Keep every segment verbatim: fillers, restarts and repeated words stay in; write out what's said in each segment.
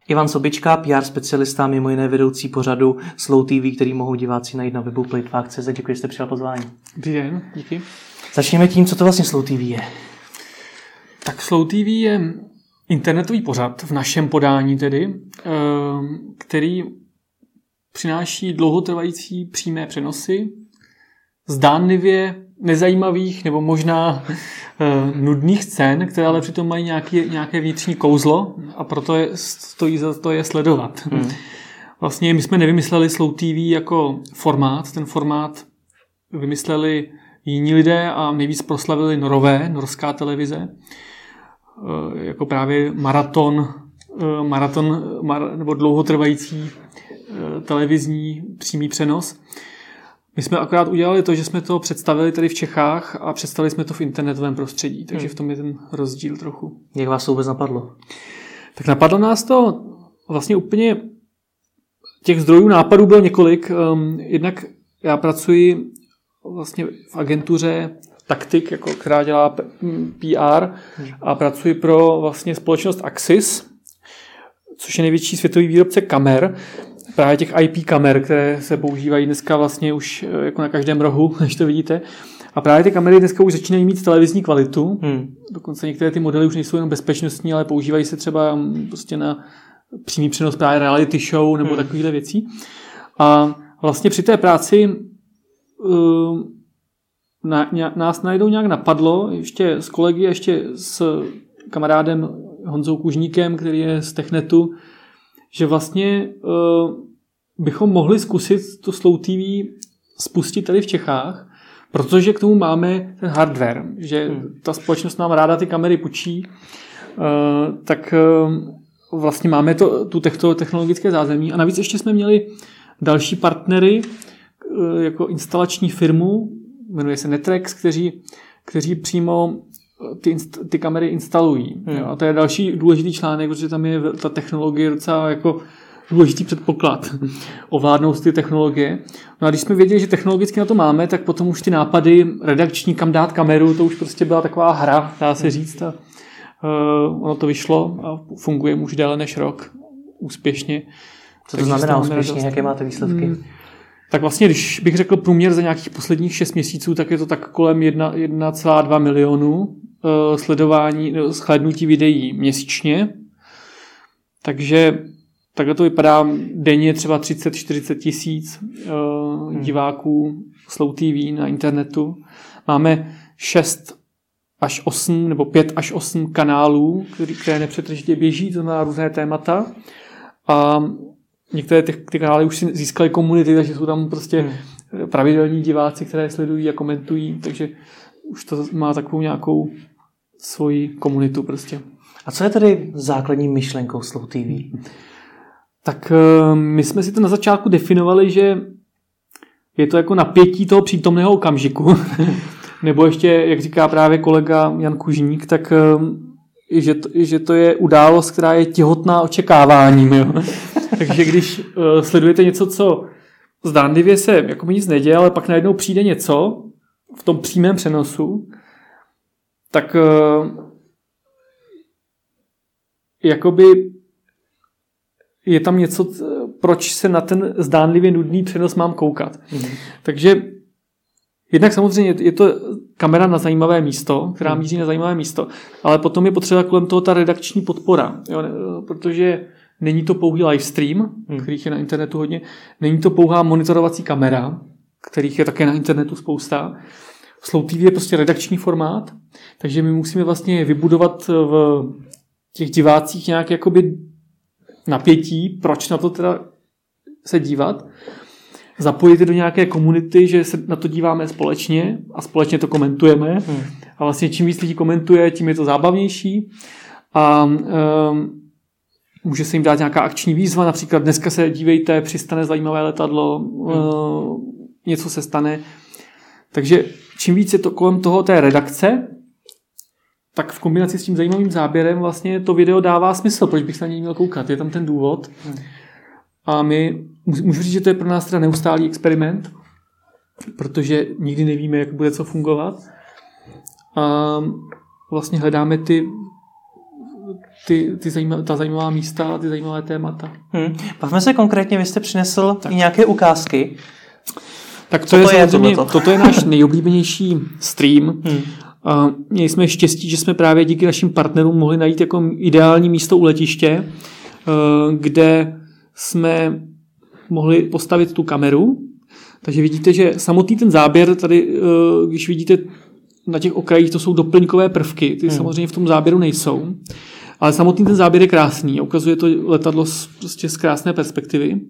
Ivan Sobička, P R specialista, mimo jiné vedoucí pořadu Slow T V, který mohou diváci najít na webu plejtvák tečka cé zet. Děkuji, že jste přijal pozvání. Dobrý den, díky. Začněme tím, co to vlastně Slow T V je. Tak Slow T V je internetový pořad v našem podání tedy, který přináší dlouhotrvající přímé přenosy zdánlivě nezajímavých nebo možná nudných scén, které ale přitom mají nějaké, nějaké vnitřní kouzlo a proto je, stojí za to je sledovat. Hmm. Vlastně my jsme nevymysleli Slow T V jako formát, ten formát vymysleli jiní lidé a nejvíc proslavili Norové, norská televize, jako právě maraton, maraton nebo dlouhotrvající televizní přímý přenos. My jsme akorát udělali to, že jsme to představili tady v Čechách a představili jsme to v internetovém prostředí, takže v tom je ten rozdíl trochu. Jak vás to vůbec napadlo? Tak napadlo nás to vlastně úplně, těch zdrojů nápadů bylo několik. Jednak já pracuji vlastně v agentuře Taktik, jako, která dělá P R a pracuji pro vlastně společnost Axis, což je největší světový výrobce kamer, právě těch I P kamer, které se používají dneska vlastně už jako na každém rohu, než to vidíte. A právě ty kamery dneska už začínají mít televizní kvalitu. Hmm. Dokonce některé ty modely už nejsou jenom bezpečnostní, ale používají se třeba prostě na přímý přenos právě reality show nebo hmm. takovýhle věcí. A vlastně při té práci uh, na, ně, nás najednou nějak napadlo, ještě s kolegy, ještě s kamarádem Honzou Kužníkem, který je z Technetu, že vlastně uh, bychom mohli zkusit to Slow T V spustit tady v Čechách, protože k tomu máme ten hardware, že hmm. ta společnost nám ráda ty kamery půjčí, uh, tak uh, vlastně máme to, tu technologické zázemí a navíc ještě jsme měli další partnery, uh, jako instalační firmu, jmenuje se Netrex, kteří, kteří přímo ty, ty kamery instalují. Hmm. Jo, a to je další důležitý článek, protože tam je ta technologie docela jako důležitý předpoklad. Ovládnout ty technologie. No a když jsme věděli, že technologicky na to máme, tak potom už ty nápady redakční, kam dát kameru, to už prostě byla taková hra, dá se říct. A, uh, ono to vyšlo a funguje už déle než rok. Úspěšně. Co to znamená úspěšně? Jaké máte výsledky? Hmm. Tak vlastně, když bych řekl průměr za nějakých posledních šest měsíců, tak je to tak kolem jedna celá dva milionu uh, sledování, shlédnutí videí měsíčně. Takže takhle to vypadá denně třeba třicet čtyřicet tisíc uh, hmm. diváků Slow T V na internetu. Máme šest až osm nebo pět až osm kanálů, který, které nepřetržitě běží, to znamená různé témata. A některé ty, ty kanály už si získaly komunity, takže jsou tam prostě hmm. pravidelní diváci, které sledují a komentují, takže už to má takovou nějakou svoji komunitu prostě. A co je tedy základní myšlenkou Slow T V? Tak my jsme si to na začátku definovali, že je to jako napětí toho přítomného okamžiku. Nebo ještě, jak říká právě kolega Jan Kužník, tak že to, že to je událost, která je těhotná očekáváním. Jo. Takže když uh, sledujete něco, co zdánlivě se jako nic neděje, ale pak najednou přijde něco v tom přímém přenosu, tak uh, jakoby je tam něco, proč se na ten zdánlivě nudný přenos mám koukat. Mm-hmm. Takže jednak samozřejmě je to kamera na zajímavé místo, která míří na zajímavé místo, ale potom je potřeba kolem toho ta redakční podpora, jo, protože není to pouhý livestream, hmm. kterých je na internetu hodně, není to pouhá monitorovací kamera, kterých je také na internetu spousta. Slow T V je prostě redakční formát, takže my musíme vlastně vybudovat v těch divácích nějaké jakoby napětí, proč na to teda se dívat, zapojit do nějaké komunity, že se na to díváme společně a společně to komentujeme. Hmm. A vlastně čím víc lidí komentuje, tím je to zábavnější. A um, může se jim dát nějaká akční výzva, například dneska se dívejte, přistane zajímavé letadlo, hmm. uh, něco se stane. Takže čím víc je to kolem toho té redakce, tak v kombinaci s tím zajímavým záběrem vlastně to video dává smysl, proč bych se na něj měl koukat. Je tam ten důvod. Hmm. A my, můžu říct, že to je pro nás teda neustálý experiment, protože nikdy nevíme, jak bude co fungovat. A vlastně hledáme ty ty, ty zajímavé, ta zajímavá místa, ty zajímavé témata. Hmm. Bavme se konkrétně, vy jste přinesl tak. i nějaké ukázky. Tak to je, je samozřejmě, toto je náš nejoblíbenější stream. Hmm. A měli jsme štěstí, že jsme právě díky našim partnerům mohli najít jako ideální místo u letiště, kde jsme mohli postavit tu kameru. Takže vidíte, že samotný ten záběr tady, když vidíte na těch okrajích, to jsou doplňkové prvky. Ty hmm. samozřejmě v tom záběru nejsou. Ale samotný ten záběr je krásný. Ukazuje to letadlo z, prostě z krásné perspektivy.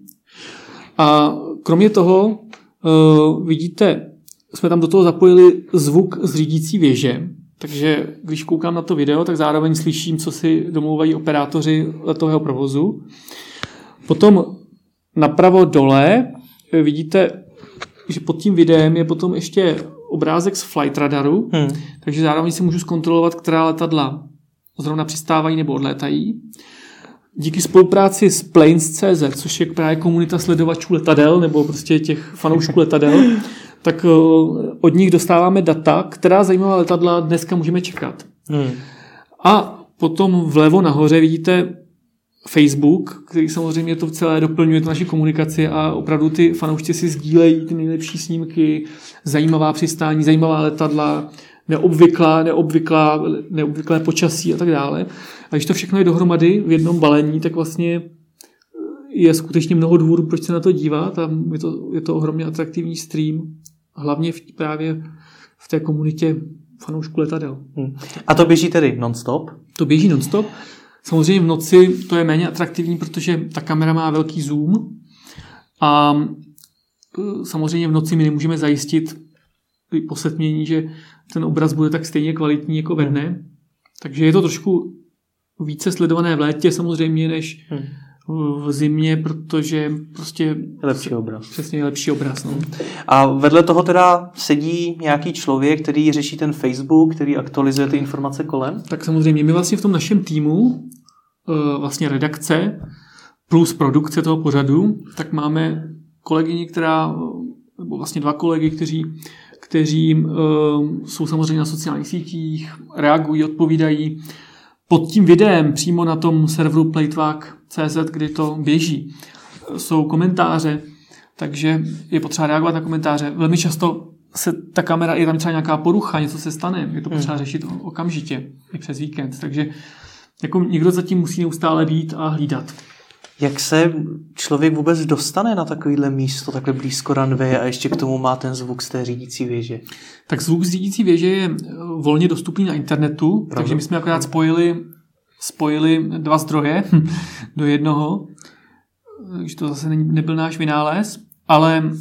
A kromě toho Uh, vidíte, jsme tam do toho zapojili zvuk z řídící věže, takže když koukám na to video, tak zároveň slyším, co si domlouvají operátoři letového provozu. Potom napravo dole vidíte, že pod tím videem je potom ještě obrázek z flight radaru, hmm. takže zároveň si můžu zkontrolovat, která letadla zrovna přistávají nebo odlétají. Díky spolupráci s Planes tečka cé zet, což je právě komunita sledovačů letadel nebo prostě těch fanoušků letadel, tak od nich dostáváme data, která zajímavá letadla dneska můžeme čekat. Hmm. A potom vlevo nahoře vidíte Facebook, který samozřejmě to celé doplňuje, to naši komunikaci a opravdu ty fanoušci si sdílejí ty nejlepší snímky, zajímavá přistání, zajímavá letadla, neobvyklá, neobvyklá, neobvyklé počasí a tak dále. A když to všechno je dohromady v jednom balení, tak vlastně je skutečně mnoho důvodů, proč se na to dívat a je to, je to ohromně atraktivní stream, hlavně v, právě v té komunitě fanoušků letadel. Hmm. A to běží tedy non-stop? To běží non-stop. Samozřejmě v noci to je méně atraktivní, protože ta kamera má velký zoom a samozřejmě v noci my nemůžeme zajistit po setmění, že ten obraz bude tak stejně kvalitní jako ve dne. Hmm. Takže je to trošku více sledované v létě samozřejmě než hmm. v zimě, protože prostě lepší obraz. Přesně lepší obraz. No. A vedle toho teda sedí nějaký člověk, který řeší ten Facebook, který aktualizuje ty informace kolem? Tak samozřejmě my vlastně v tom našem týmu vlastně redakce plus produkce toho pořadu, tak máme kolegyni, která, nebo vlastně dva kolegy, kteří kteří uh, jsou samozřejmě na sociálních sítích, reagují, odpovídají. Pod tím videem přímo na tom serveru playtvak tečka cé zet, kdy to běží, jsou komentáře, takže je potřeba reagovat na komentáře. Velmi často se ta kamera, je tam třeba nějaká porucha, něco se stane, je to potřeba řešit okamžitě, i přes víkend. Takže jako někdo zatím musí neustále být a hlídat. Jak se člověk vůbec dostane na takovéhle místo, takhle blízko runway a ještě k tomu má ten zvuk z té řídící věže? Tak zvuk z řídící věže je volně dostupný na internetu, Pravda? takže my jsme akorát spojili, spojili dva zdroje do jednoho, takže to zase nebyl náš vynález, ale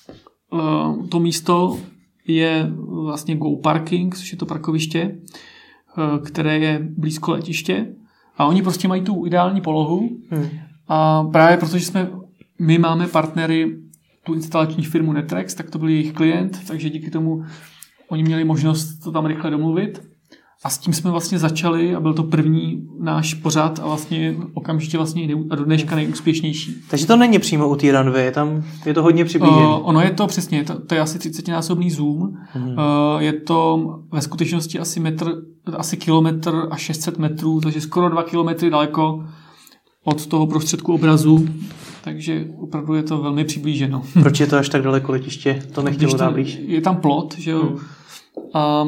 uh, to místo je vlastně Go Parking, což je to parkoviště, uh, které je blízko letiště a oni prostě mají tu ideální polohu. Hmm. A právě protože jsme, my máme partnery, tu instalační firmu Netrex, tak to byl jejich klient, takže díky tomu oni měli možnost to tam rychle domluvit. A s tím jsme vlastně začali a byl to první náš pořad a vlastně okamžitě vlastně a do dneška nejúspěšnější. Takže to není přímo u té runway, je tam je to hodně přiblížené. Uh, ono je to přesně, to, to je asi třicetinásobný zoom. Hmm. Uh, je to ve skutečnosti asi metr, asi kilometr a šest set metrů, takže skoro dva kilometry daleko od toho prostředku obrazu, takže opravdu je to velmi přiblíženo. Proč je to až tak daleko letiště? To nechtělo dát blíž? Je tam plot, že jo. Hmm. A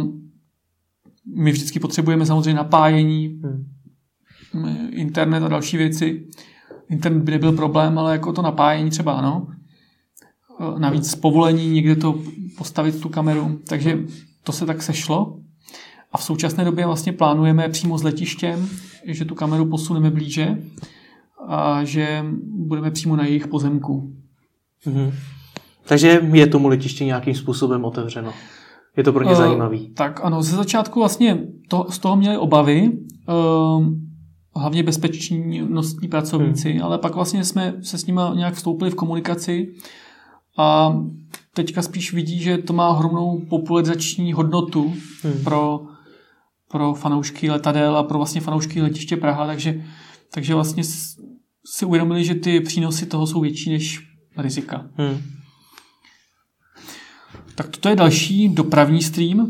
my vždycky potřebujeme samozřejmě napájení, hmm. internet a další věci. Internet by nebyl problém, ale jako to napájení třeba ano. Navíc povolení někde to postavit tu kameru, takže to se tak sešlo. A v současné době vlastně plánujeme přímo s letištěm, že tu kameru posuneme blíže a že budeme přímo na jejich pozemku. Mhm. Takže je tomu letiště nějakým způsobem otevřeno. Je to pro ně uh, zajímavý. Tak ano, ze začátku vlastně to, z toho měli obavy, uh, hlavně bezpečnostní pracovníci, hmm. ale pak vlastně jsme se s nimi nějak vstoupili v komunikaci a teďka spíš vidí, že to má ohromnou popularizační hodnotu hmm. pro, pro fanoušky letadel a pro vlastně fanoušky letiště Praha, takže, takže vlastně si uvědomili, že ty přínosy toho jsou větší než rizika. Hmm. Tak toto je další dopravní stream.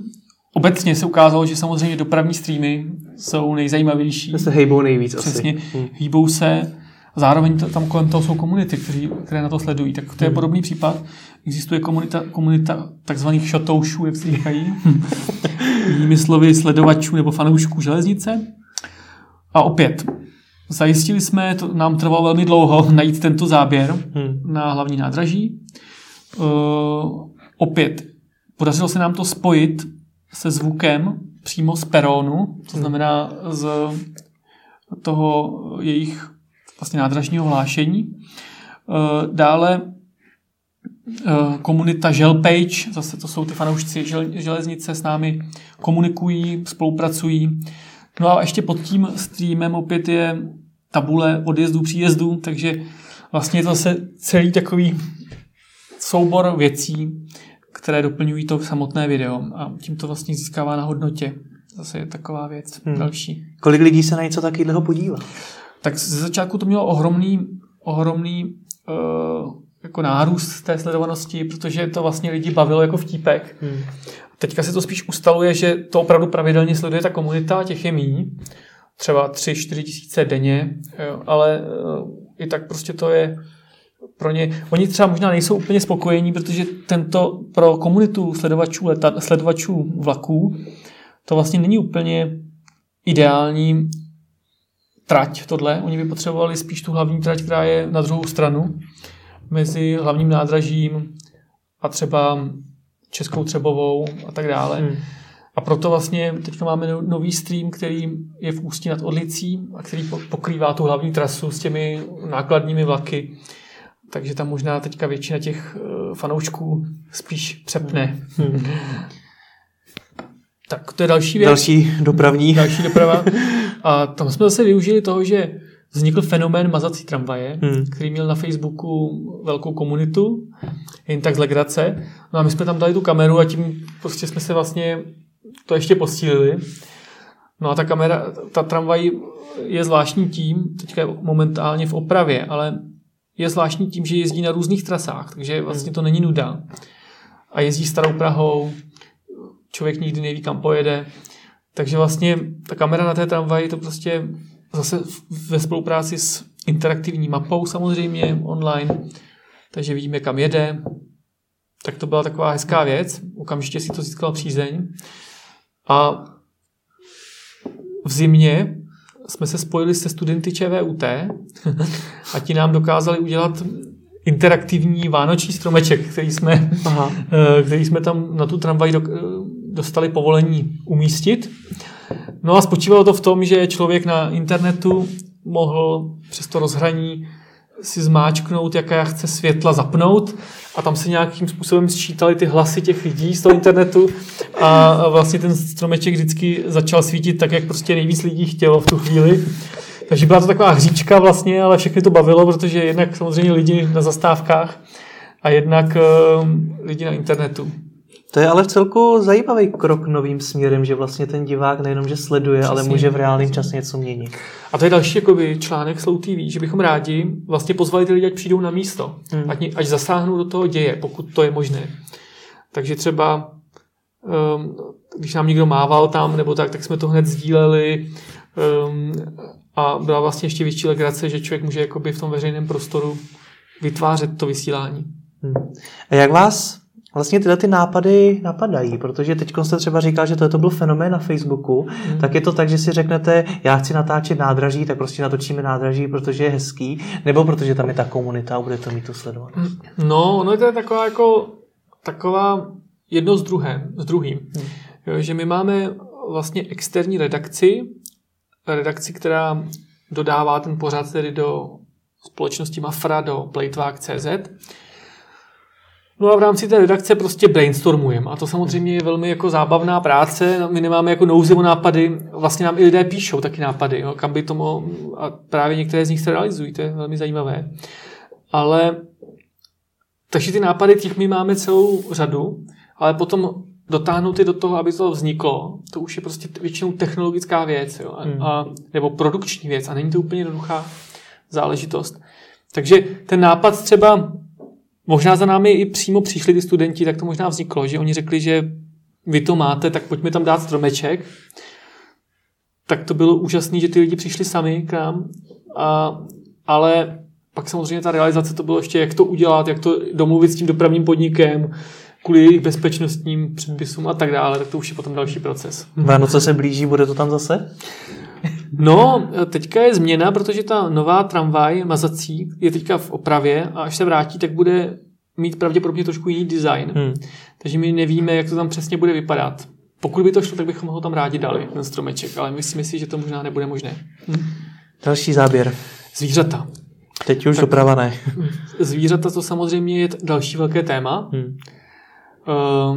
obecně se ukázalo, že samozřejmě dopravní streamy jsou nejzajímavější. To se hejbou nejvíc Přesně, asi. Hmm. Hýbou se. Zároveň to, tam kolem toho jsou komunity, kteří, které na to sledují. Tak to je hmm. podobný případ. Existuje komunita, komunita takzvaných šotoušů, jak se říkají. Jinými slovy sledovačů nebo fanoušků železnice. A opět, zajistili jsme, to nám trvalo velmi dlouho najít tento záběr hmm. na hlavní nádraží. Uh, opět, podařilo se nám to spojit se zvukem přímo z peronu, to znamená z toho jejich vlastně nádražního hlášení. Uh, dále uh, komunita Želpage, zase to jsou ty fanoušci železnice, s námi komunikují, spolupracují. No a ještě pod tím streamem opět je tabule odjezdů, příjezdů, takže vlastně je to zase celý takový soubor věcí, které doplňují to samotné video a tím to vlastně získává na hodnotě. Zase je taková věc hmm. další. Kolik lidí se na něco takového podívá? Tak ze začátku to mělo ohromný, ohromný uh, jako nárůst té sledovanosti, protože to vlastně lidi bavilo jako vtípek. Hmm. Teďka se to spíš ustaluje, že to opravdu pravidelně sleduje ta komunita, těch je míň, třeba tři čtyři tisíce denně, jo, ale uh, i tak prostě to je pro ně. Oni třeba možná nejsou úplně spokojení, protože tento pro komunitu sledovačů, leta, sledovačů vlaků to vlastně není úplně ideální trať tohle. Oni by potřebovali spíš tu hlavní trať, která je na druhou stranu mezi hlavním nádražím a třeba Českou Třebovou a tak dále. Hmm. A proto vlastně teďka máme nový stream, který je v Ústí nad Orlicí a který pokrývá tu hlavní trasu s těmi nákladními vlaky. Takže tam možná teďka většina těch fanoušků spíš přepne. Hmm. Tak to je další věc. Další dopravní. Další doprava. A tam jsme zase využili toho, že vznikl fenomén mazací tramvaje, hmm. který měl na Facebooku velkou komunitu, jen tak z legrace. No a my jsme tam dali tu kameru a tím prostě jsme se vlastně to ještě posílili. No a ta kamera, ta tramvaj je zvláštní tím, teďka je momentálně v opravě, ale je zvláštní tím, že jezdí na různých trasách, takže vlastně to není nuda. A jezdí starou Prahou, člověk nikdy neví, kam pojede. Takže vlastně ta kamera na té tramvaji to prostě zase ve spolupráci s interaktivní mapou samozřejmě online, takže vidíme, kam jede. Tak to byla taková hezká věc. Okamžitě si to získala přízeň. A v zimě jsme se spojili se studenty ČVUT a ti nám dokázali udělat interaktivní vánoční stromeček, který jsme, Aha. který jsme tam na tu tramvaj dostali povolení umístit. No a spočívalo to v tom, že člověk na internetu mohl přes to rozhraní si zmáčknout, jaká chce světla zapnout a tam se nějakým způsobem sčítaly ty hlasy těch lidí z toho internetu a vlastně ten stromeček vždycky začal svítit tak, jak prostě nejvíc lidí chtělo v tu chvíli. Takže byla to taková hříčka vlastně, ale všechny to bavilo, protože jednak samozřejmě lidi na zastávkách a jednak uh, lidi na internetu. To je ale v celku zajímavý krok novým směrem, že vlastně ten divák nejenom, že sleduje, Přesně, ale může v reálném čase něco měnit. A to je další jakoby, článek Slow T V, že bychom rádi vlastně pozvali ty lidi, ať přijdou na místo, hmm. ať, ať zasáhnou do toho děje, pokud to je možné. Takže třeba, um, když nám někdo mával tam, nebo tak, tak jsme to hned sdíleli um, a byla vlastně ještě větší legrace, že člověk může jakoby v tom veřejném prostoru vytvářet to vysílání. Hmm. A jak vás vlastně tyhle ty nápady napadají, protože teď jste třeba říkal, že to, to byl fenomén na Facebooku, hmm. tak je to tak, že si řeknete, já chci natáčet nádraží, tak prostě natočíme nádraží, protože je hezký, nebo protože tam je ta komunita a bude to mít tu sledovanost? No, ono je to taková jako taková jedno s druhým, s druhým. Hmm. Jo, že my máme vlastně externí redakci, redakci, která dodává ten pořad tedy do společnosti Mafra, do plejtvák tečka cé zet. No a v rámci té redakce prostě brainstormujeme. A to samozřejmě je velmi jako zábavná práce. My nemáme jako nouzi o nápady. Vlastně nám i lidé píšou taky nápady, jo, kam by to mohlo, a právě některé z nich se realizují. To je velmi zajímavé. Ale takže ty nápady, těch my máme celou řadu, ale potom dotáhnout je do toho, aby to vzniklo, to už je prostě většinou technologická věc, jo, a, hmm. a, nebo produkční věc a není to úplně jednoduchá záležitost. Takže ten nápad třeba možná za námi i přímo přišli ty studenti, tak to možná vzniklo, že oni řekli, že vy to máte, tak pojďme tam dát stromeček. Tak to bylo úžasné, že ty lidi přišli sami k nám, a, ale pak samozřejmě ta realizace to bylo ještě, jak to udělat, jak to domluvit s tím dopravním podnikem, kvůli jejich bezpečnostním předpisům a tak dále, tak to už je potom další proces. Vánoce se blíží, bude to tam zase? No, teďka je změna, protože ta nová tramvaj mazací je teďka v opravě a až se vrátí, tak bude mít pravděpodobně trošku jiný design. Hmm. Takže my nevíme, jak to tam přesně bude vypadat. Pokud by to šlo, tak bychom ho tam rádi dali, ten stromeček, ale my si myslíme, že to možná nebude možné. Hmm. Další záběr. Zvířata. Teď už doprava ne. Zvířata to samozřejmě je další velké téma. Hmm. Uh,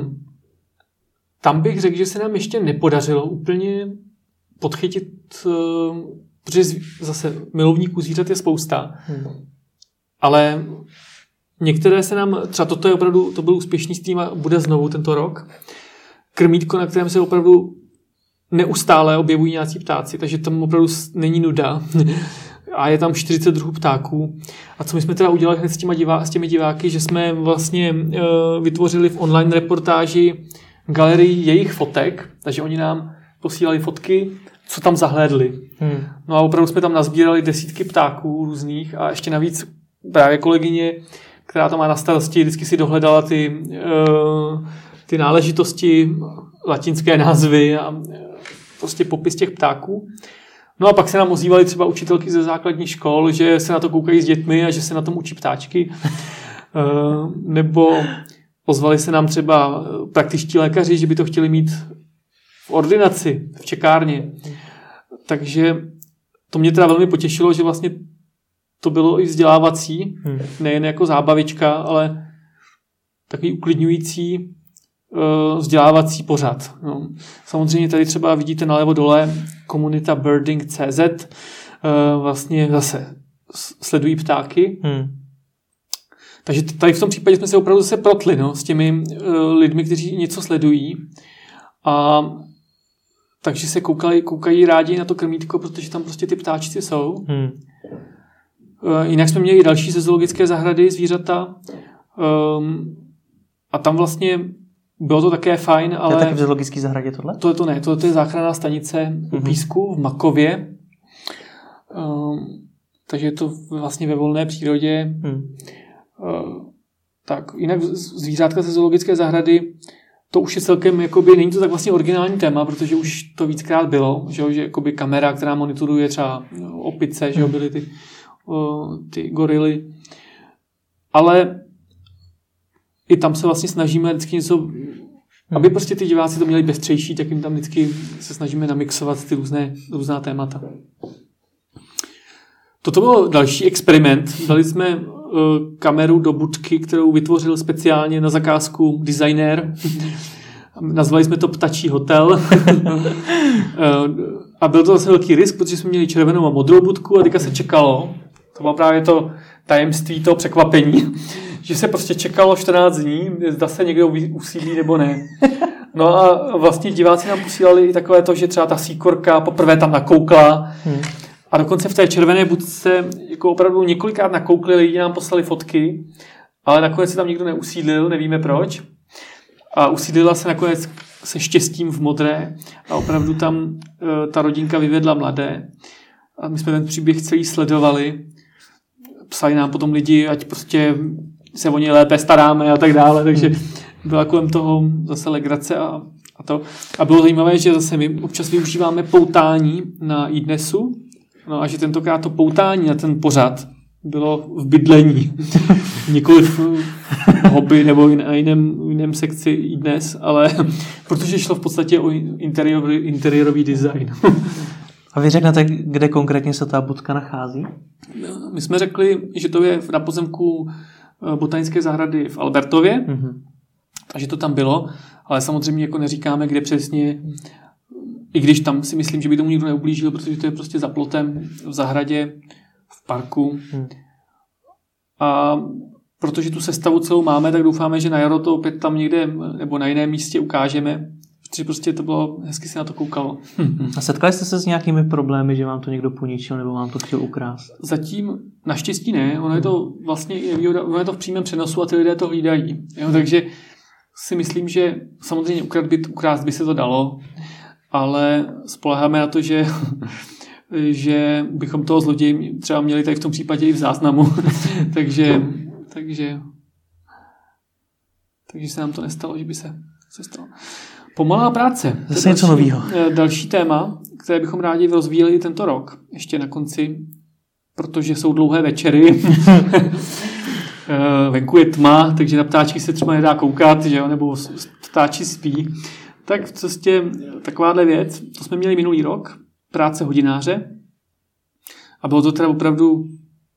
tam bych řekl, že se nám ještě nepodařilo úplně podchytit, uh, protože zase milovníků zvířat je spousta, hmm. ale některé se nám, třeba toto je opravdu, to byl úspěšný tým a bude znovu tento rok, krmítko, na kterém se opravdu neustále objevují nějací ptáci, takže tam opravdu není nuda. A je tam čtyřicet druhů ptáků. A co my jsme teda udělali hned s, těma divá, s těmi diváky, že jsme vlastně uh, vytvořili v online reportáži galerii jejich fotek, takže oni nám posílali fotky, co tam zahlédli. Hmm. No a opravdu jsme tam nazbírali desítky ptáků různých a ještě navíc právě kolegyně, která to má na starosti, vždycky si dohledala ty, uh, ty náležitosti, latinské názvy a uh, prostě popis těch ptáků. No a pak se nám ozývaly třeba učitelky ze základních škol, že se na to koukají s dětmi a že se na tom učí ptáčky. Nebo ozvali se nám třeba praktičtí lékaři, že by to chtěli mít v ordinaci, v čekárně. Takže to mě teda velmi potěšilo, že vlastně to bylo i vzdělávací, nejen jako zábavička, ale takový uklidňující vzdělávací pořad. No. Samozřejmě tady třeba vidíte nalevo dole komunita birding tečka cé zet, vlastně zase sledují ptáky. Hmm. Takže tady v tom případě jsme se opravdu zase protli no, s těmi lidmi, kteří něco sledují. A takže se koukali, koukají rádi na to krmítko, protože tam prostě ty ptáčci jsou. Hmm. Jinak jsme měli další ze zoologické zahrady zvířata. Um, a tam vlastně bylo to také fajn, ale... Je taky v zoologické zahradě tohle? To je to ne, to, to je záchranná stanice mm-hmm. u Písku v Makově. Um, takže je to vlastně ve volné přírodě. Mm. Uh, tak, jinak zvířátka ze zoologické zahrady, to už je celkem, jakoby, není to tak vlastně originální téma, protože už to víckrát bylo, že, že jakoby kamera, která monitoruje třeba opice, mm. že byly ty, uh, ty gorily. Ale i tam se vlastně snažíme vždycky něco, hmm. aby prostě ty diváci to měli pestřejší, tak jim tam vždycky se snažíme namixovat ty různé, různá témata. Toto byl další experiment. Dali jsme uh, kameru do budky, kterou vytvořil speciálně na zakázku designér. Nazvali jsme to Ptačí hotel. A byl to zase velký risk, protože jsme měli červenou a modrou budku a teďka se čekalo. To bylo právě to tajemství toho překvapení, že se prostě čekalo čtrnáct dní, zda se někdo usídlí nebo ne. No a vlastně diváci nám posílali i takové to, že třeba ta síkorka poprvé tam nakoukla hmm. a dokonce v té červené budce jako opravdu několikrát nakoukli, lidi nám poslali fotky, ale nakonec se tam nikdo neusídlil, nevíme proč. A usídlila se nakonec se štěstím v modré a opravdu tam e, ta rodinka vyvedla mladé. A my jsme ten příběh celý sledovali. Psali nám potom lidi, ať prostě se o ně lépe staráme a tak dále, takže byla kolem toho zase legrace a, a to. A bylo zajímavé, že zase my občas využíváme poutání na iDnesu, no a že tentokrát to poutání na ten pořad bylo v bydlení. Nikoliv v hobby nebo na jiném, jiném sekci iDnes, ale protože šlo v podstatě o interiérový, interiérový design. A vy řeknete, kde konkrétně se ta budka nachází? My jsme řekli, že to je na pozemku botanické zahrady v Albertově, mm-hmm. takže to tam bylo, ale samozřejmě jako neříkáme, kde přesně, i když tam si myslím, že by tomu nikdo neublížil, protože to je prostě za plotem v zahradě, v parku. Mm. A protože tu sestavu celou máme, tak doufáme, že na jaro to opět tam někde nebo na jiném místě ukážeme, protože prostě to bylo, hezky se na to koukalo. A setkali jste se s nějakými problémy, že vám to někdo poničil nebo vám to chtěl ukrást? Zatím naštěstí ne, ono je to vlastně, ono je to v přímém přenosu a ty lidé to hlídají. Jo, takže si myslím, že samozřejmě ukrást by, ukrást by se to dalo, ale spoléháme na to, že, že bychom toho zloděje třeba měli tady v tom případě i v záznamu. takže, takže, takže se nám to nestalo, že by se, se stalo. Pomalá práce. Zase něco novýho. Další téma, které bychom rádi rozvíjeli tento rok, ještě na konci, protože jsou dlouhé večery. Venku je tma, takže na ptáčky se třeba nedá koukat, že jo? Nebo ptáči spí. Tak v cestě takováhle věc, to jsme měli minulý rok, práce hodináře. A bylo to teda opravdu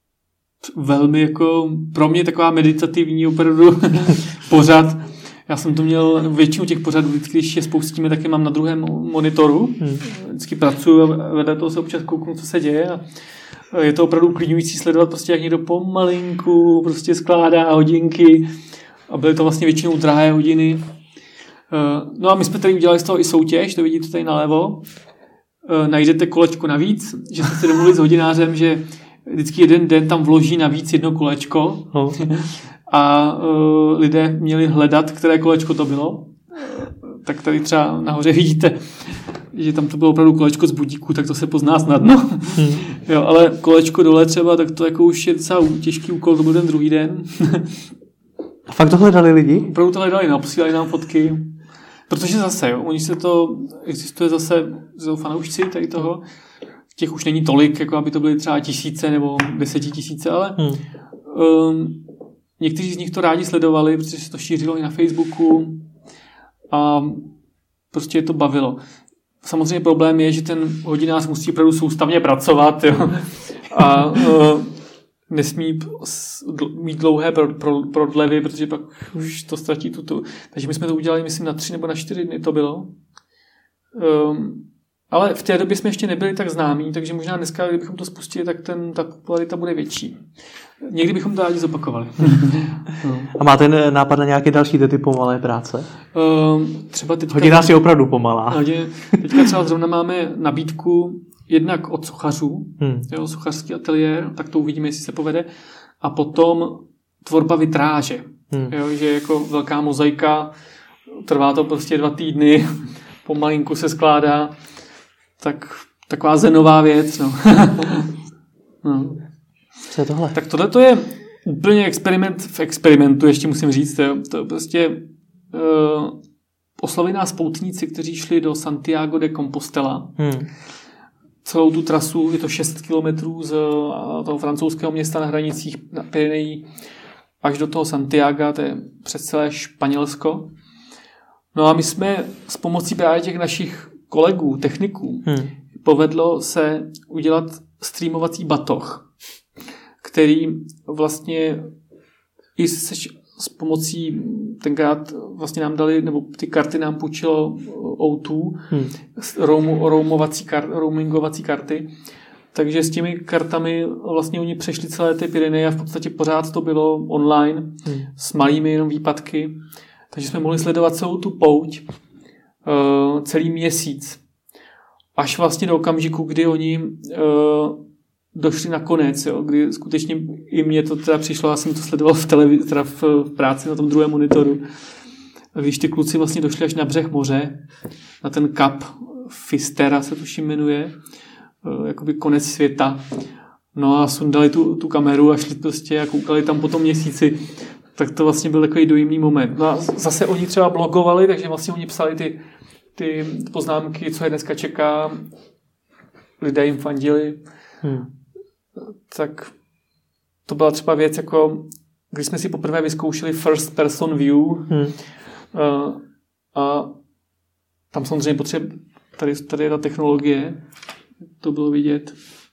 velmi jako pro mě taková meditativní opravdu pořad. Já jsem to měl většinu těch pořadů, vždycky, když je spoustíme, tak je mám na druhém monitoru. Hmm. Vždycky pracuji a vedle toho se občas kouknu, co se děje. A je to opravdu uklidňující sledovat, prostě jak někdo pomalinku prostě skládá hodinky. A byly to vlastně většinou drahé hodiny. No a my jsme tady udělali z toho i soutěž, to vidíte tady nalevo. Najdete kolečko navíc, že jsme se domluvili s hodinářem, že vždycky jeden den tam vloží navíc jedno kolečko. No. A uh, lidé měli hledat, které kolečko to bylo. Tak tady třeba nahoře vidíte, že tam to bylo opravdu kolečko z budíku, tak to se pozná snadno. Hmm. Jo, ale kolečko dole třeba, tak to jako už je docela těžký úkol, to byl ten druhý den. A fakt to hledali lidi? Opravdu to hledali, no, posílali nám fotky. Protože zase, jo, oni se to, existuje zase fanoušci tady toho, těch už není tolik, jako aby to byly třeba tisíce nebo desetitisíce, ale hmm. um, někteří z nich to rádi sledovali, protože se to šířilo i na Facebooku a prostě je to bavilo. Samozřejmě problém je, že ten hodinář musí opravdu soustavně pracovat, jo, a uh, nesmí mít dlouhé prodlevy, protože pak už to ztratí tuto. Takže my jsme to udělali, myslím, na tři nebo na čtyři dny to bylo. Um, ale v té době jsme ještě nebyli tak známí, takže možná dneska, kdybychom to spustili, tak ten, ta popularita bude větší. Někdy bychom to rádi zopakovali. No. A máte nápad na nějaké další ty pomalé práce? Um, třeba teďka... Hodinář je opravdu pomalá. Hodě, teďka třeba zrovna máme nabídku jednak od sochařů, hmm. jo, sochařský ateliér, tak to uvidíme, jestli se povede. A potom tvorba vitráže. Hmm. Jo, že jako velká mozaika, trvá to prostě dva týdny, pomalinku se skládá. Tak taková zenová věc. No. no. Co je tohle? Tak tohle to je úplně experiment v experimentu, ještě musím říct. Jo. To je prostě uh, oslavili nás poutníci, kteří šli do Santiago de Compostela. Hmm. Celou tu trasu, je to šest kilometrů z toho francouzského města na hranicích na Pyrenejí až do toho Santiaga, to je přes celé Španělsko. No a my jsme s pomocí právě těch našich kolegů, techniků, hmm. povedlo se udělat streamovací batoh, který vlastně i se, s pomocí, tenkrát vlastně nám dali, nebo ty karty nám půjčilo ó dva, hmm. roam, roamovací kar, roamingovací karty, takže s těmi kartami vlastně oni přešli celé ty Pyreneje a v podstatě pořád to bylo online, hmm. s malými jenom výpadky, takže jsme mohli sledovat celou tu pouť uh, celý měsíc. Až vlastně do okamžiku, kdy oni uh, došli na konec, jo, kdy skutečně i mně to teda přišlo, já jsem to sledoval v televizi, teda v, v práci na tom druhém monitoru. Když ty kluci vlastně došli až na břeh moře, na ten kap Fistera se tuším jmenuje, uh, jakoby konec světa. No a sundali tu, tu kameru a šli prostě a koukali tam po tom měsíci. Tak to vlastně byl takový dojemný moment. No a zase oni třeba blogovali, takže vlastně oni psali ty ty poznámky, co je dneska čeká, lidé jim fandili, hmm. tak to byla třeba věc, jako když jsme si poprvé vyzkoušeli first person view hmm. a, a tam samozřejmě potřeba, tady, tady je ta technologie, to bylo vidět,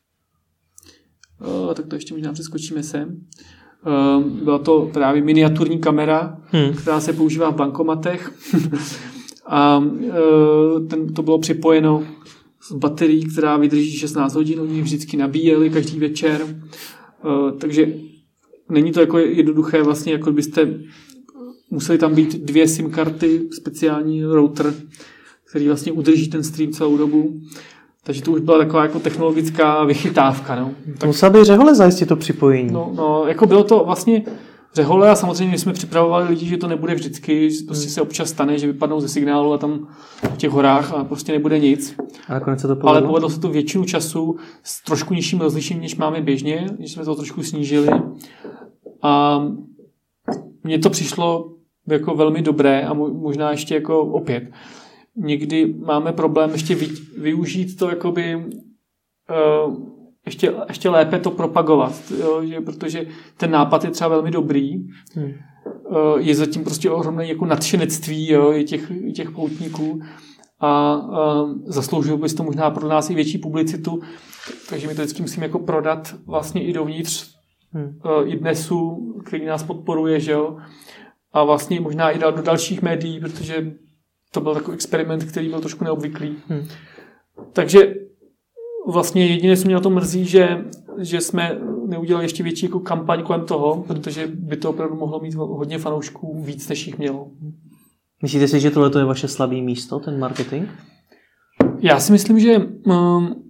a, tak to ještě možná přeskočíme sem. A, byla to právě miniaturní kamera, hmm. která se používá v bankomatech. A ten, to bylo připojeno s baterií, která vydrží šestnáct hodin, oni vždycky nabíjeli každý večer, takže není to jako jednoduché, vlastně jako byste museli tam být dvě SIM karty, speciální router, který vlastně udrží ten stream celou dobu, takže to už byla taková jako technologická vychytávka. No. Tak, musela by řehole zajistit to připojení. No, no, jako bylo to vlastně řehole a samozřejmě my jsme připravovali lidi, že to nebude vždycky, že prostě se občas stane, že vypadnou ze signálu a tam v těch horách a prostě nebude nic. A nakonec se to povedlo? Ale povedlo se to většinu času s trošku nižším rozlišením, než máme běžně, že jsme to trošku snížili. A mně to přišlo jako velmi dobré a možná ještě jako opět. Někdy máme problém ještě využít to jakoby uh, ještě, ještě lépe to propagovat, jo, že, protože ten nápad je třeba velmi dobrý. Hmm. Uh, je zatím prostě ohromné jako nadšenectví, jo, je těch, těch poutníků a uh, zasloužil bys to možná pro nás i větší publicitu, takže my to vždycky musíme jako prodat vlastně i dovnitř hmm. uh, i dnesu, který nás podporuje, že jo, a vlastně možná i dal do dalších médií, protože to byl takový experiment, který byl trošku neobvyklý. Hmm. Takže vlastně jediné, co mě na to mrzí, že, že jsme neudělali ještě větší jako kampaň kolem toho, protože by to opravdu mohlo mít hodně fanoušků víc, než jich mělo. Myslíte si, že tohle je vaše slabé místo, ten marketing? Já si myslím, že um,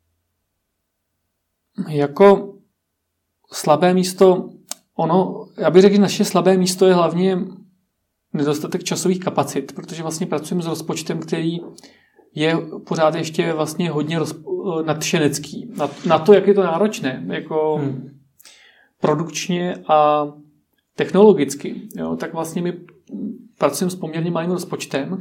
jako slabé místo, ono, já bych řekl, že naše slabé místo je hlavně nedostatek časových kapacit, protože vlastně pracujeme s rozpočtem, který je pořád ještě vlastně hodně roz, nadšenecký. Na, na to, jak je to náročné, jako hmm. produkčně a technologicky. Jo, tak vlastně my pracujeme s poměrně malým rozpočtem.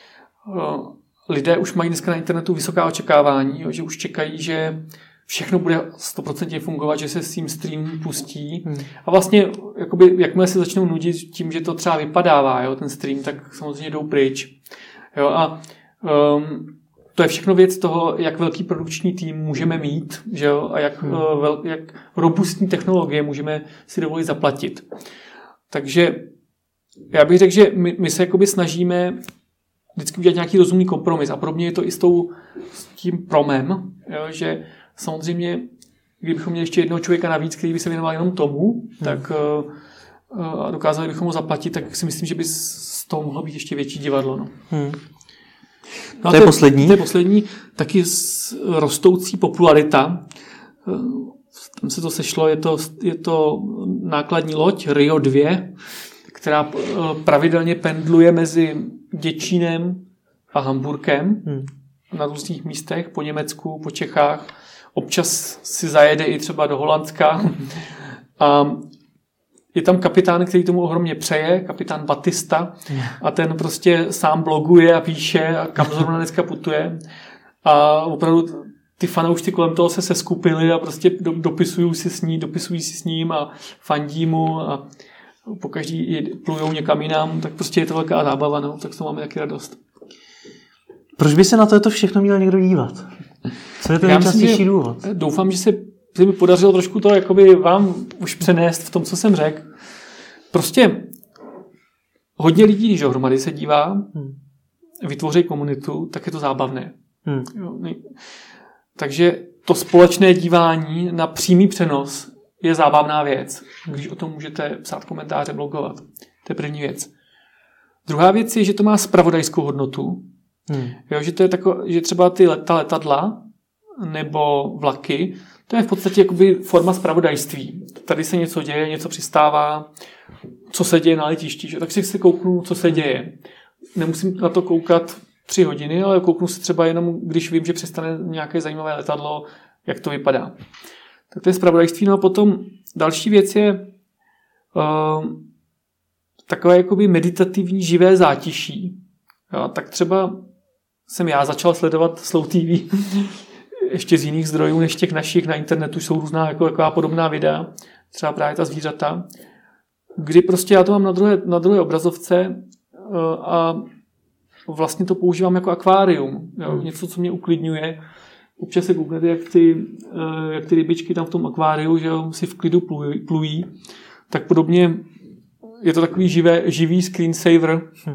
Lidé už mají dneska na internetu vysoká očekávání, jo, že už čekají, že všechno bude sto procent fungovat, že se s tím stream pustí. Hmm. A vlastně, jakoby, jakmile se začnou nudit tím, že to třeba vypadává, jo, ten stream, tak samozřejmě jdou pryč. Jo, a um, to je všechno věc toho, jak velký produkční tým můžeme mít, že jo, a jak, hmm. uh, vel, jak robustní technologie můžeme si dovolit zaplatit. Takže já bych řekl, že my, my se jakoby snažíme vždycky udělat nějaký rozumný kompromis. A pro mě je to i s, tou, s tím promem, jo, že samozřejmě, kdybychom měli ještě jednoho člověka navíc, který by se věnoval jenom tomu, hmm. tak uh, uh, dokázali bychom ho zaplatit, tak si myslím, že by z toho mohlo být ještě větší divadlo. No. Hmm. No to je poslední. To je poslední, taky rostoucí popularita. Tam se to sešlo, je to, je to nákladní loď Rio dva, která pravidelně pendluje mezi Děčínem a Hamburkem hmm. na různých místech, po Německu, po Čechách. Občas si zajede i třeba do Holandska. A je tam kapitán, který tomu ohromně přeje, kapitán Batista, a ten prostě sám bloguje a píše, a kam zrovna dneska putuje. A opravdu ty fanoušci kolem toho se seskupili a prostě dopisují si s ním, dopisují si s ním a fandí mu a pokaždý plujou někam jinam, tak prostě je to velká zábava, no, tak to máme taky radost. Proč by se na to, to všechno měl někdo dívat? Co je ten nejčastější důvod? Doufám, že se, se mi podařilo trošku to jakoby vám už přenést v tom, co jsem řekl. Prostě hodně lidí, když dohromady se dívá, hmm. vytvoří komunitu, tak je to zábavné. Hmm. Jo, ne, takže to společné dívání na přímý přenos je zábavná věc, když o tom můžete psát komentáře, blogovat. To je první věc. Druhá věc je, že to má zpravodajskou hodnotu. Hmm. Jo, že to je tako, že třeba ty ta letadla nebo vlaky, to je v podstatě jakoby forma zpravodajství. Tady se něco děje, něco přistává, co se děje na letišti. Že? Tak si si kouknu, co se děje. Nemusím na to koukat tři hodiny, ale kouknu si třeba jenom, když vím, že přestane nějaké zajímavé letadlo, jak to vypadá. Tak to je zpravodajství. No a potom další věc je uh, takové jakoby meditativní živé zátiší. Jo, tak třeba jsem já začal sledovat Slow T V ještě z jiných zdrojů než těch našich. Na internetu jsou různá jako, jako podobná videa, třeba právě ta zvířata, kdy prostě já to mám na druhé, na druhé obrazovce uh, a vlastně to používám jako akvárium. Jo, něco, co mě uklidňuje. Občas se googlete, jak ty, uh, jak ty rybičky tam v tom akváriu, že jo, si v klidu plují, plují. Tak podobně je to takový živé, živý screensaver, hm.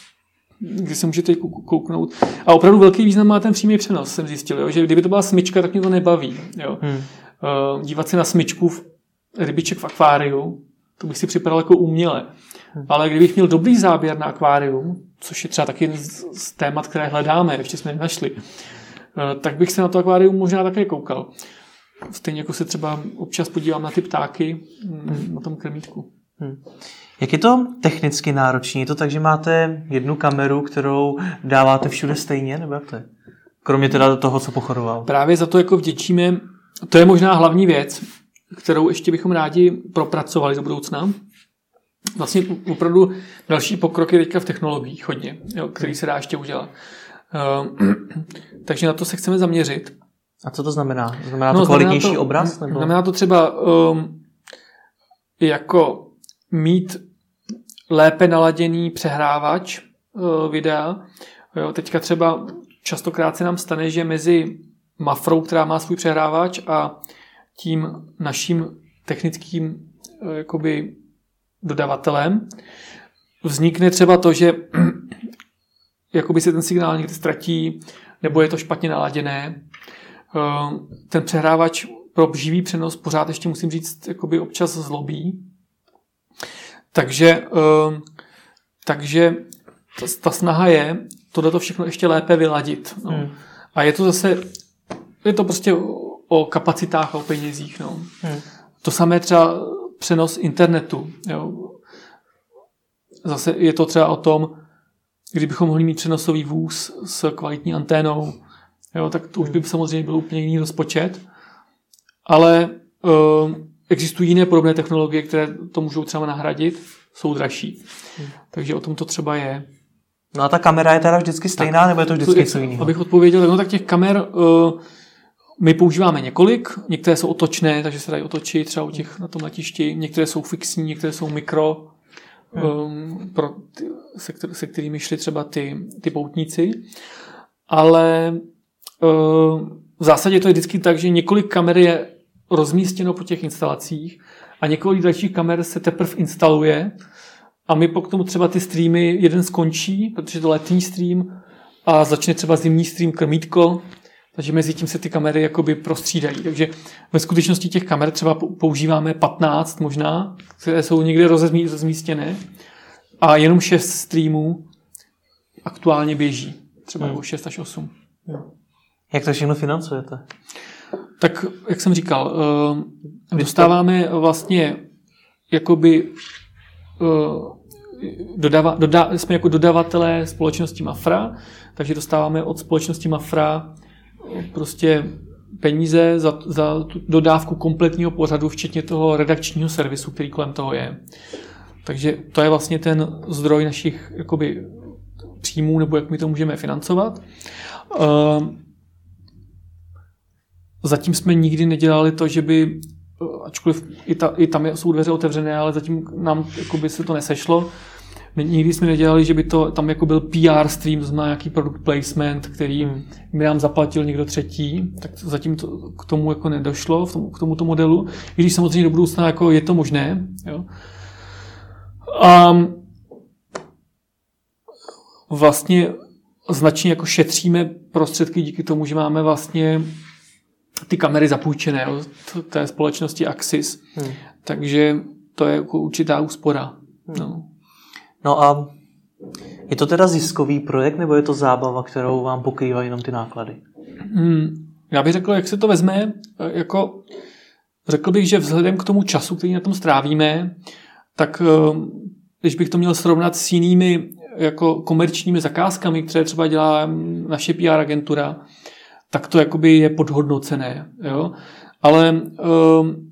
kdy se můžete kouknout. A opravdu velký význam má ten přímý přenos, jsem zjistil, jo? Že kdyby to byla smyčka, tak mě to nebaví. Jo? Hmm. Uh, dívat se na smyčku v rybiček v akváriu, to bych si připadal jako uměle. Hmm. Ale kdybych měl dobrý záběr na akvárium, což je třeba taky z témat, které hledáme, ještě jsme nenašli, uh, tak bych se na to akvárium možná také koukal. Stejně jako se třeba občas podívám na ty ptáky hmm. na tom krmítku. Hmm. Jak je to technicky náročné? Je to tak, že máte jednu kameru, kterou dáváte všude stejně, nebo jak to je? Kromě teda toho, co pochoroval. Právě za to jako vděčíme. To je možná hlavní věc, kterou ještě bychom rádi propracovali do budoucna. Vlastně opravdu další pokrok je teďka v technologiích hodně, jo, který se dá ještě udělat. Uh, takže na to se chceme zaměřit. A co to znamená? Znamená to no, kvalitnější znamená to, obraz? Nebo? Znamená to třeba um, jako mít lépe naladěný přehrávač uh, videa. Jo, teďka třeba častokrát se nám stane, že mezi Mafrou, která má svůj přehrávač, a tím naším technickým uh, jakoby dodavatelem vznikne třeba to, že jakoby se ten signál někdy ztratí, nebo je to špatně naladěné. Ten přehrávač pro živý přenos pořád ještě musím říct jakoby občas zlobí. Takže, takže ta snaha je tohleto všechno ještě lépe vyladit. No. Hmm. A je to zase, je to prostě o kapacitách a o penězích. No. Hmm. To samé třeba přenos internetu. Jo. Zase je to třeba o tom, kdybychom mohli mít přenosový vůz s kvalitní anténou, jo, tak to už by samozřejmě byl úplně jiný rozpočet. Ale uh, existují jiné podobné technologie, které to můžou třeba nahradit, jsou dražší. Hmm. Takže o tom to třeba je. No a ta kamera je teda vždycky stejná, tak, nebo je to vždycky něco jiného? Abych odpověděl, no tak těch kamer uh, my používáme několik, některé jsou otočné, takže se dají otočit třeba u těch na tom letišti, některé jsou fixní, některé jsou mikro, um, pro ty, se, se kterými šli třeba ty, ty poutníci. Ale uh, v zásadě to je vždycky tak, že několik kamer je rozmístěno po těch instalacích a několik dalších kamer se teprve instaluje a my pak tomu třeba ty streamy, jeden skončí, protože to letní stream, a začne třeba zimní stream krmítko, takže mezi tím se ty kamery jakoby prostřídají. Takže ve skutečnosti těch kamer třeba používáme patnáct možná, které jsou někde rozmístěné a jenom šest streamů aktuálně běží. Třeba nebo šest až osm. Jak to všechno financujete? Tak, jak jsem říkal, dostáváme vlastně jakoby dodava, doda, jsme jako dodavatelé společnosti Mafra, takže dostáváme od společnosti Mafra prostě peníze za, za tu dodávku kompletního pořadu, včetně toho redakčního servisu, který kolem toho je. Takže to je vlastně ten zdroj našich jakoby příjmů, nebo jak my to můžeme financovat. Zatím jsme nikdy nedělali to, že by, ačkoliv i, ta, i tam jsou dveře otevřené, ale zatím nám jakoby se to nesešlo. Nikdy jsme nedělali, že by to tam jako byl P R stream, to znamená nějaký product placement, který hmm. by nám zaplatil někdo třetí, tak zatím to k tomu jako nedošlo, v tom, k tomuto modelu. I když samozřejmě do budoucna jako je to možné. Jo. A vlastně značně jako šetříme prostředky díky tomu, že máme vlastně ty kamery zapůjčené od té společnosti Axis. Hmm. Takže to je jako určitá úspora. Hmm. No. No a je to teda ziskový projekt, nebo je to zábava, kterou vám pokrývají jenom ty náklady? Hmm. Já bych řekl, jak se to vezme, jako řekl bych, že vzhledem k tomu času, který na tom strávíme, tak když bych to měl srovnat s jinými jako komerčními zakázkami, které třeba dělá naše P R agentura, tak to jakoby je podhodnocené. Jo? Ale um,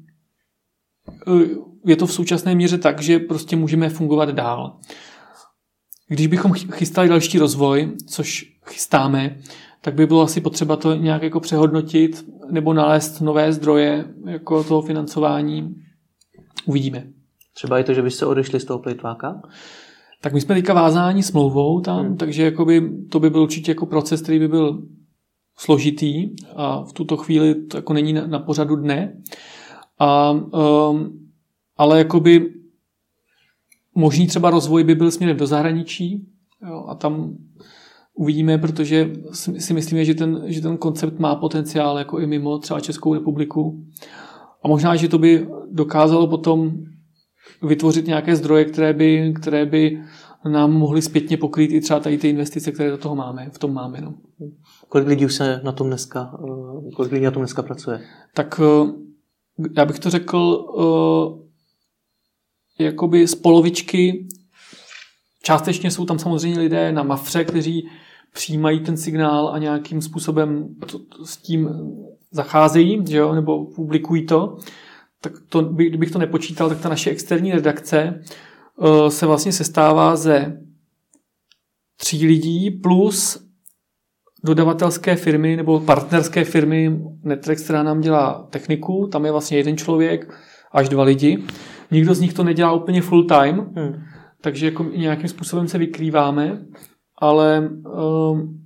je to v současné míře tak, že prostě můžeme fungovat dál. Když bychom chystali další rozvoj, což chystáme, tak by bylo asi potřeba to nějak jako přehodnotit nebo nalézt nové zdroje jako toho financování. Uvidíme. Třeba i to, že byste odešli z toho plejtváka? Tak my jsme teďka vázáni smlouvou tam, hmm. takže jakoby, to by byl určitě jako proces, který by byl složitý a v tuto chvíli to jako není na, na pořadu dne. A, um, ale jakoby možný třeba rozvoj by byl směrem do zahraničí, jo, a tam uvidíme, protože si myslíme, že ten, že ten koncept má potenciál jako i mimo třeba Českou republiku. A možná, že to by dokázalo potom vytvořit nějaké zdroje, které by, které by nám mohly zpětně pokrýt i třeba tady ty investice, které do toho máme, v tom máme. No. Kolik lidí už se na tom dneska, kolik lidí na tom dneska pracuje? Tak já bych to řekl, jakoby z polovičky. Částečně jsou tam samozřejmě lidé na Mafře, kteří přijímají ten signál a nějakým způsobem to, to, s tím zacházejí, že jo, nebo publikují to. Tak to, kdybych to nepočítal, tak ta naše externí redakce uh, se vlastně sestává ze tří lidí plus dodavatelské firmy nebo partnerské firmy Netrex, která nám dělá techniku. Tam je vlastně jeden člověk až dva lidi. Nikdo z nich to nedělá úplně full time, hmm. takže jako nějakým způsobem se vykrýváme, ale um,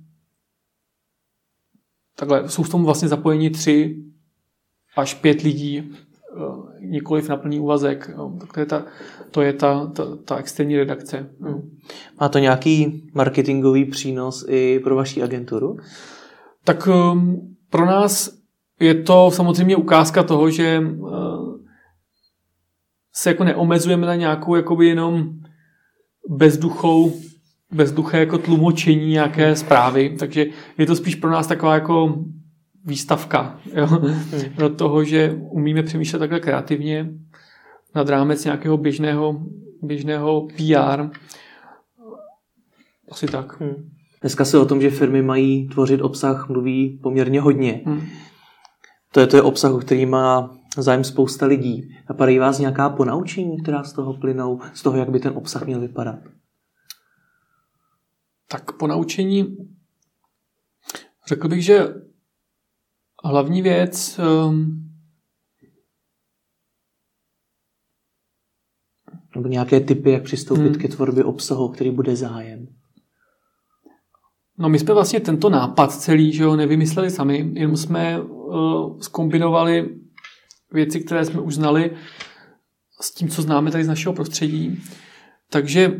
takhle jsou v tom vlastně zapojeni tři až pět lidí, uh, nikoliv na plný úvazek. Um, to je ta, to je ta, ta, ta externí redakce. Hmm. Má to nějaký marketingový přínos i pro vaši agenturu? Tak um, pro nás je to samozřejmě ukázka toho, že uh, se jako neomezujeme na nějakou jakoby jenom bezduchou, bezduché jako tlumočení nějaké zprávy, takže je to spíš pro nás taková jako výstavka, jo? Do toho, že umíme přemýšlet takhle kreativně nad rámec nějakého běžného, běžného P R. Asi tak. Hmm. Dneska se o tom, že firmy mají tvořit obsah, mluví poměrně hodně. Hmm. To je, to je obsah, o který má zájem spousta lidí. Napadají vás nějaká ponaučení, která z toho plynou, z toho, jak by ten obsah měl vypadat? Tak ponaučení, řekl bych, že hlavní věc um, nebo nějaké tipy, jak přistoupit hmm. ke tvorbě obsahu, který bude zájem. No my jsme vlastně tento nápad celý, že ho nevymysleli sami, jenom jsme uh, zkombinovali věci, které jsme už znali s tím, co známe tady z našeho prostředí. Takže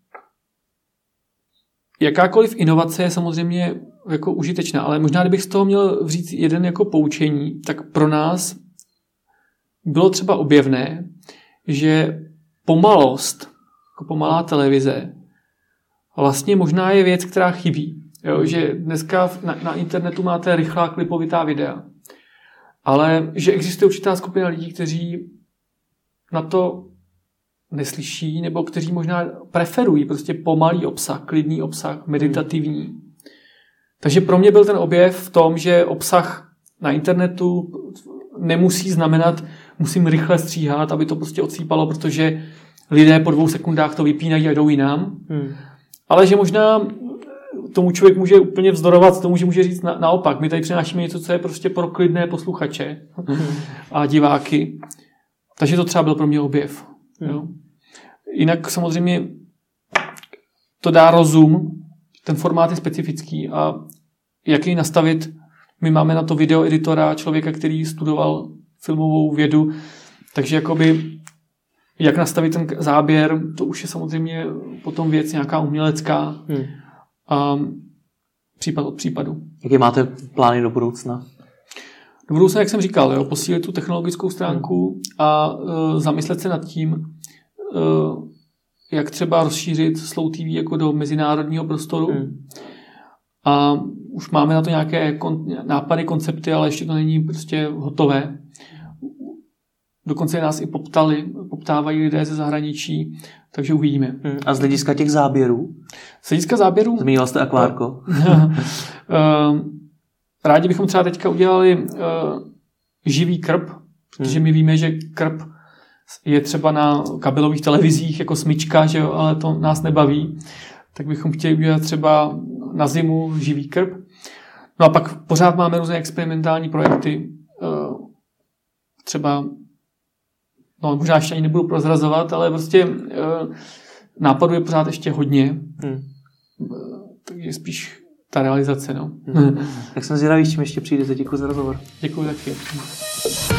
jakákoliv inovace je samozřejmě jako užitečná, ale možná, kdybych z toho měl říct jeden jako poučení, tak pro nás bylo třeba objevné, že pomalost, jako pomalá televize, vlastně možná je věc, která chybí. Jo, že dneska na, na internetu máte rychlá klipovitá videa, ale že existuje určitá skupina lidí, kteří na to neslyší, nebo kteří možná preferují prostě pomalý obsah, klidný obsah, meditativní. Hmm. Takže pro mě byl ten objev v tom, že obsah na internetu nemusí znamenat, musím rychle stříhat, aby to prostě odsýpalo, protože lidé po dvou sekundách to vypínají a jdou jinam. Hmm. Ale že možná tomu člověk může úplně vzdorovat, tomu, že může říct na, naopak. My tady přinášíme něco, co je prostě pro klidné posluchače a diváky. Takže to třeba byl pro mě objev. Jo. Jinak samozřejmě to dá rozum, ten formát je specifický a jak jej nastavit, my máme na to videoeditora, člověka, který studoval filmovou vědu, takže jakoby jak nastavit ten záběr, to už je samozřejmě potom věc nějaká umělecká. Hmm. A případ od případu. Jaké máte plány do budoucna? Do budoucna, jak jsem říkal, jo, posílit tu technologickou stránku a uh, zamyslet se nad tím, uh, jak třeba rozšířit Slow T V jako do mezinárodního prostoru. Hmm. A už máme na to nějaké kon- nápady, koncepty, ale ještě to není prostě hotové. Dokonce nás i poptali, poptávají lidé ze zahraničí, takže uvidíme. Hmm. A z hlediska těch záběrů? Z hlediska záběrů? Zmínil jste akvárko. Rádi bychom třeba teďka udělali uh, živý krb, protože my víme, že krb je třeba na kabelových televizích jako smyčka, že jo, ale to nás nebaví. Tak bychom chtěli udělat třeba na zimu živý krb. No a pak pořád máme různé experimentální projekty. Uh, třeba no možná ještě ani nebudu prozrazovat, ale prostě uh, nápadů je pořád ještě hodně. Hmm. Uh, takže spíš ta realizace, no. Hmm. Tak jsem zvědavý, s čím ještě přijdete. Děkuji za rozhovor. Děkuji taky.